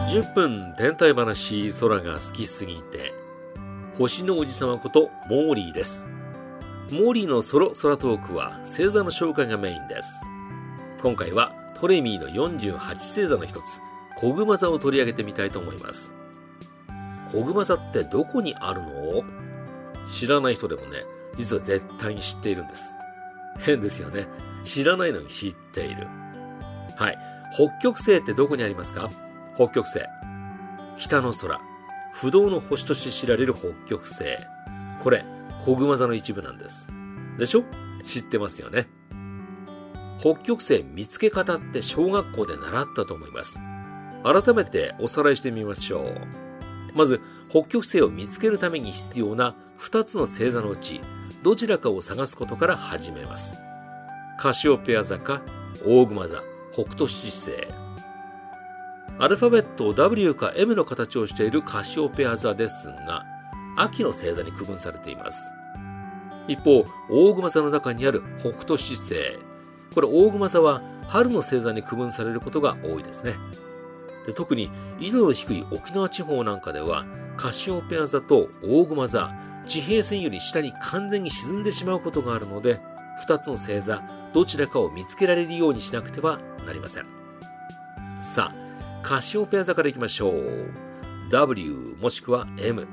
10分天体話、空が好きすぎて。星のおじさまことモーリーです。モーリーのソロ空トークは星座の紹介がメインです。今回はトレミーの48星座の一つ、コグマ座を取り上げてみたいと思います。コグマ座ってどこにあるの？知らない人でもね、実は絶対に知っているんです。変ですよね。知らないのに知っている。はい。北極星ってどこにありますか？北極星。北の空。不動の星として知られる北極星。これ、コグマ座の一部なんです。でしょ？知ってますよね。北極星見つけ方って小学校で習ったと思います。改めておさらいしてみましょう。まず、北極星を見つけるために必要な2つの星座のうち、どちらかを探すことから始めます。カシオペア座か、大熊座、北斗七星。アルファベット W か M の形をしているカシオペア座ですが、秋の星座に区分されています。一方、大熊座の中にある北斗七星。これ大熊座は春の星座に区分されることが多いですね。で、特に緯度の低い沖縄地方なんかでは、カシオペア座と大熊座、地平線より下に完全に沈んでしまうことがあるので、2つの星座、どちらかを見つけられるようにしなくてはなりません。さあ、カシオペア座からいきましょう。W もしくは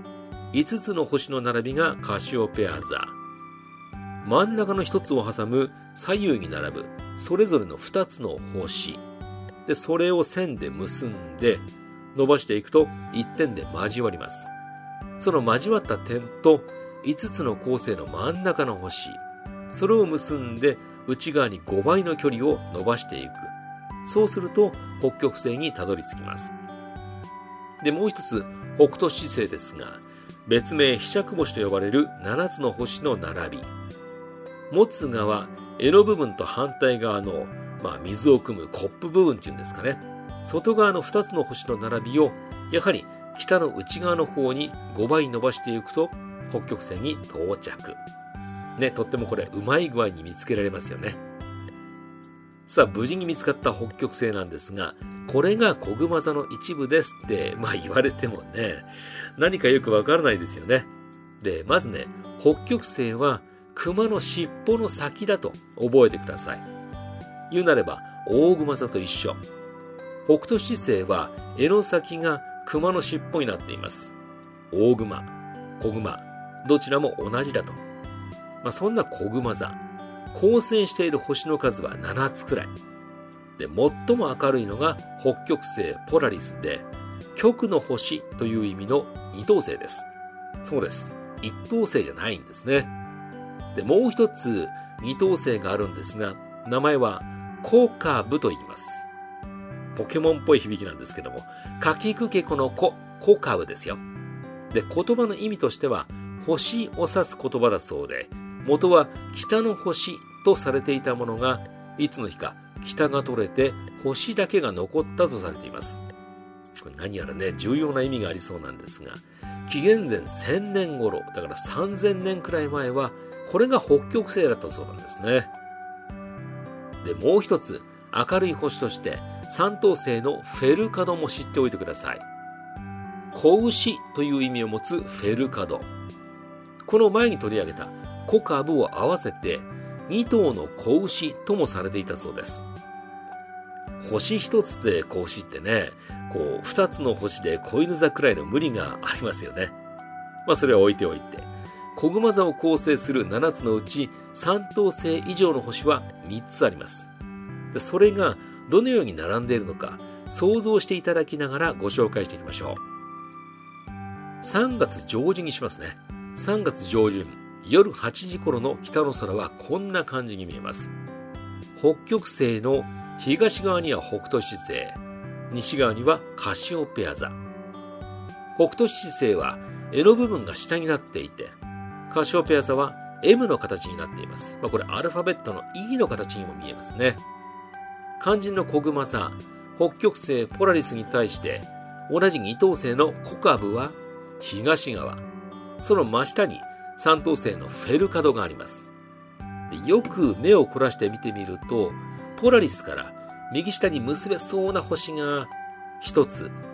M。5つの星の並びがカシオペア座。真ん中の1つを挟む左右に並ぶそれぞれの2つの星。で、それを線で結んで伸ばしていくと1点で交わります。その交わった点と5つの恒星の真ん中の星。それを結んで内側に5倍の距離を伸ばしていく。そうすると北極星にたどり着きます。で、もう一つ北斗七星ですが、別名飛尺星と呼ばれる7つの星の並び。持つ側、柄の部分と反対側の、水を汲むコップ部分っていうんですかね。外側の2つの星の並びを、やはり北の内側の方に5倍伸ばしていくと、北極星に到着。ね、とってもこれ、うまい具合に見つけられますよね。さあ、無事に見つかった北極星なんですが、これがコグマ座の一部ですって、言われてもね、何かよくわからないですよね。で、まずね、北極星は熊の尻尾の先だと覚えてください。言うなれば、大熊座と一緒。北斗七星は柄の先が熊の尻尾になっています。大熊、小熊、どちらも同じだと。そんなコグマ座、構成している星の数は7つくらい。で、最も明るいのが北極星ポラリスで、極の星という意味の二等星です。そうです。一等星じゃないんですね。で、もう一つ二等星があるんですが、名前はコカブと言います。ポケモンっぽい響きなんですけども、かきくけこのコカブですよ。で、言葉の意味としては、星を指す言葉だそうで、元は北の星とされていたものが、いつの日か北が取れて星だけが残ったとされています。これ何やらね、重要な意味がありそうなんですが、紀元前1000年頃、だから3000年くらい前は、これが北極星だったそうなんですね。で、もう一つ、明るい星として、三等星のフェルカドも知っておいてください。子牛という意味を持つフェルカド。この前に取り上げたコカブを合わせて、2頭の子牛ともされていたそうです。星一つで子牛ってね、2つの星で子犬座くらいの無理がありますよね。それは置いておいて、コグマ座を構成する7つのうち3等星以上の星は3つあります。で、それがどのように並んでいるのか想像していただきながらご紹介していきましょう。3月上旬にしますね。3月上旬、夜8時頃の北の空はこんな感じに見えます。北極星の東側には北斗七星、西側にはカシオペア座。北斗七星は柄の部分が下になっていて、カシオペア座は M の形になっています。これアルファベットの E の形にも見えますね。肝心のコグマ座、北極星ポラリスに対して同じ二等星のコカブは東側、その真下に三等星のフェルカドがあります。よく目を凝らして見てみると、ポラリスから右下に結べそうな星が一つ、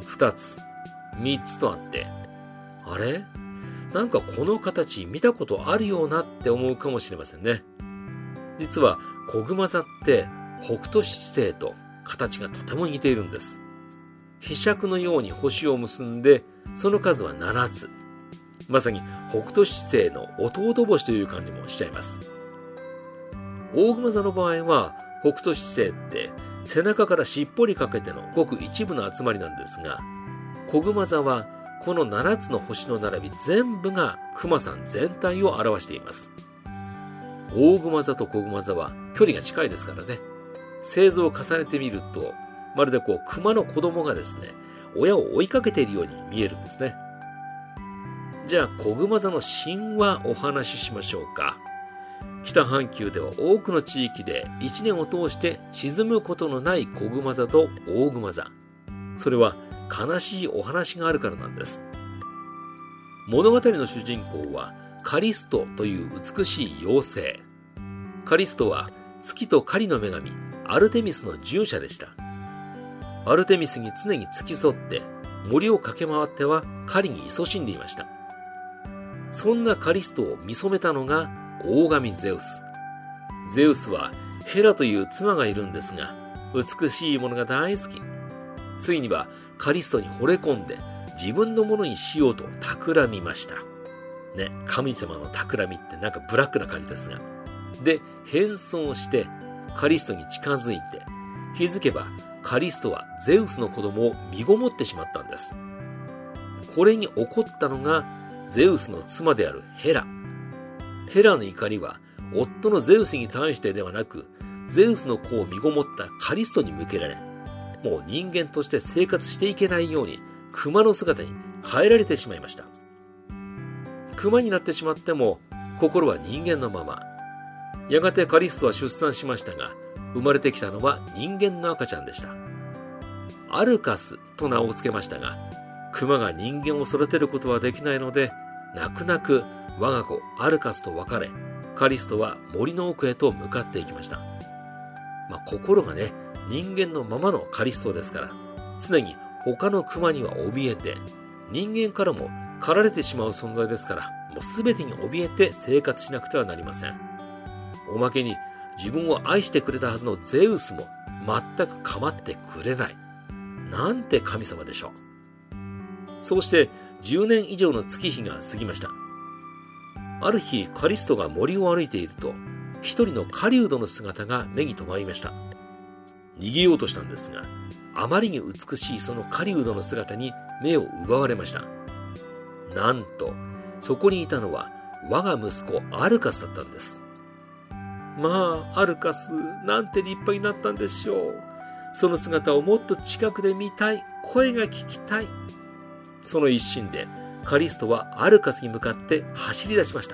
2つ、3つとあって、あれ？なんかこの形見たことあるようなって思うかもしれませんね。実はこぐま座って北斗七星と形がとても似ているんです。柄杓のように星を結んで、その数は7つ。まさに北斗七星の弟星という感じもしちゃいます。大熊座の場合は、北斗七星って背中から尻尾にかけてのごく一部の集まりなんですが、こぐま座はこの7つの星の並び全部が熊さん全体を表しています。大熊座とこぐま座は距離が近いですからね。星座を重ねてみると、まるで熊の子供がですね、親を追いかけているように見えるんですね。じゃあ、こぐま座の神話お話ししましょうか。北半球では多くの地域で1年を通して沈むことのないこぐま座と大熊座。それは悲しいお話があるからなんです。物語の主人公はカリストという美しい妖精。カリストは月と狩りの女神アルテミスの従者でした。アルテミスに常に付き添って森を駆け回っては狩りに勤しんでいました。そんなカリストを見初めたのが大神ゼウス。ゼウスはヘラという妻がいるんですが、美しいものが大好き。ついにはカリストに惚れ込んで自分のものにしようと企みました。ね、神様の企みってなんかブラックな感じですが。で、変装してカリストに近づいて、気づけばカリストはゼウスの子供を身ごもってしまったんです。これに怒ったのがゼウスの妻であるヘラ。ヘラの怒りは夫のゼウスに対してではなく、ゼウスの子を身ごもったカリストに向けられ、もう人間として生活していけないように熊の姿に変えられてしまいました。熊になってしまっても心は人間のまま。やがてカリストは出産しましたが、生まれてきたのは人間の赤ちゃんでした。アルカスと名を付けましたが、熊が人間を育てることはできないので、泣く泣く我が子アルカスと別れ、カリストは森の奥へと向かっていきました。心がね、人間のままのカリストですから、常に他の熊には怯えて、人間からも狩られてしまう存在ですから、もう全てに怯えて生活しなくてはなりません。おまけに自分を愛してくれたはずのゼウスも全く構ってくれない。なんて神様でしょう。そうして10年以上の月日が過ぎました。ある日、カリストが森を歩いていると、一人の狩人の姿が目に留まりました。逃げようとしたんですが、あまりに美しいその狩人の姿に目を奪われました。なんと、そこにいたのは我が息子アルカスだったんです。まあ、アルカス、なんて立派になったんでしょう。その姿をもっと近くで見たい、声が聞きたい。その一心で、カリストはアルカスに向かって走り出しました。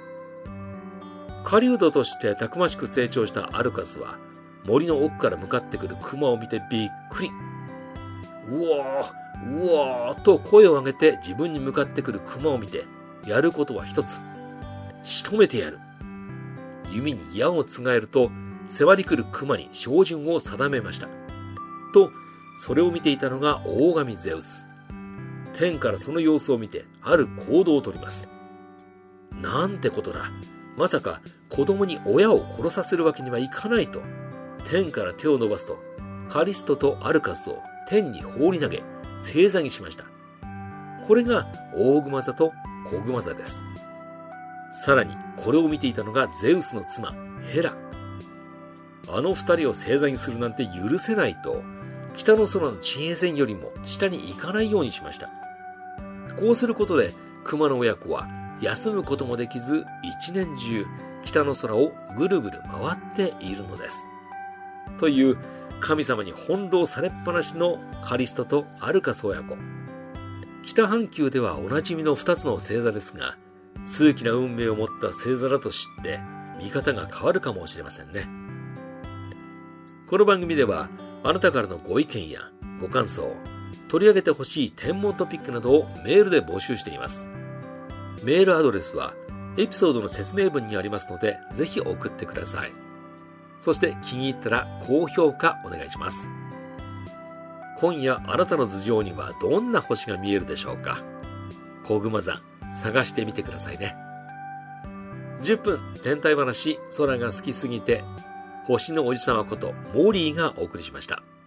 狩人としてたくましく成長したアルカスは、森の奥から向かってくる熊を見てびっくり。うわー、うわーと声を上げて自分に向かってくる熊を見て、やることは一つ。仕留めてやる。弓に矢をつがえると、迫り来る熊に照準を定めました。と、それを見ていたのが大神ゼウス。天からその様子を見て、ある行動をとります。なんてことだ。まさか子供に親を殺させるわけにはいかないと、天から手を伸ばすと、カリストとアルカスを天に放り投げ、正座にしました。これが大熊座と小熊座です。さらにこれを見ていたのがゼウスの妻ヘラ。あの二人を正座にするなんて許せないと、北の空の地平線よりも下に行かないようにしました。こうすることで熊の親子は休むこともできず、一年中北の空をぐるぐる回っているのです。という神様に翻弄されっぱなしのカリストとアルカス親子。北半球ではおなじみの2つの星座ですが、数奇な運命を持った星座だと知って見方が変わるかもしれませんね。この番組ではあなたからのご意見やご感想、取り上げてほしい天文トピックなどをメールで募集しています。メールアドレスはエピソードの説明文にありますので、ぜひ送ってください。そして気に入ったら高評価お願いします。 今夜あなたの頭上にはどんな星が見えるでしょうか。小熊山、探してみてくださいね。10分天体話、空が好きすぎて、星のおじさまことモーリーがお送りしました。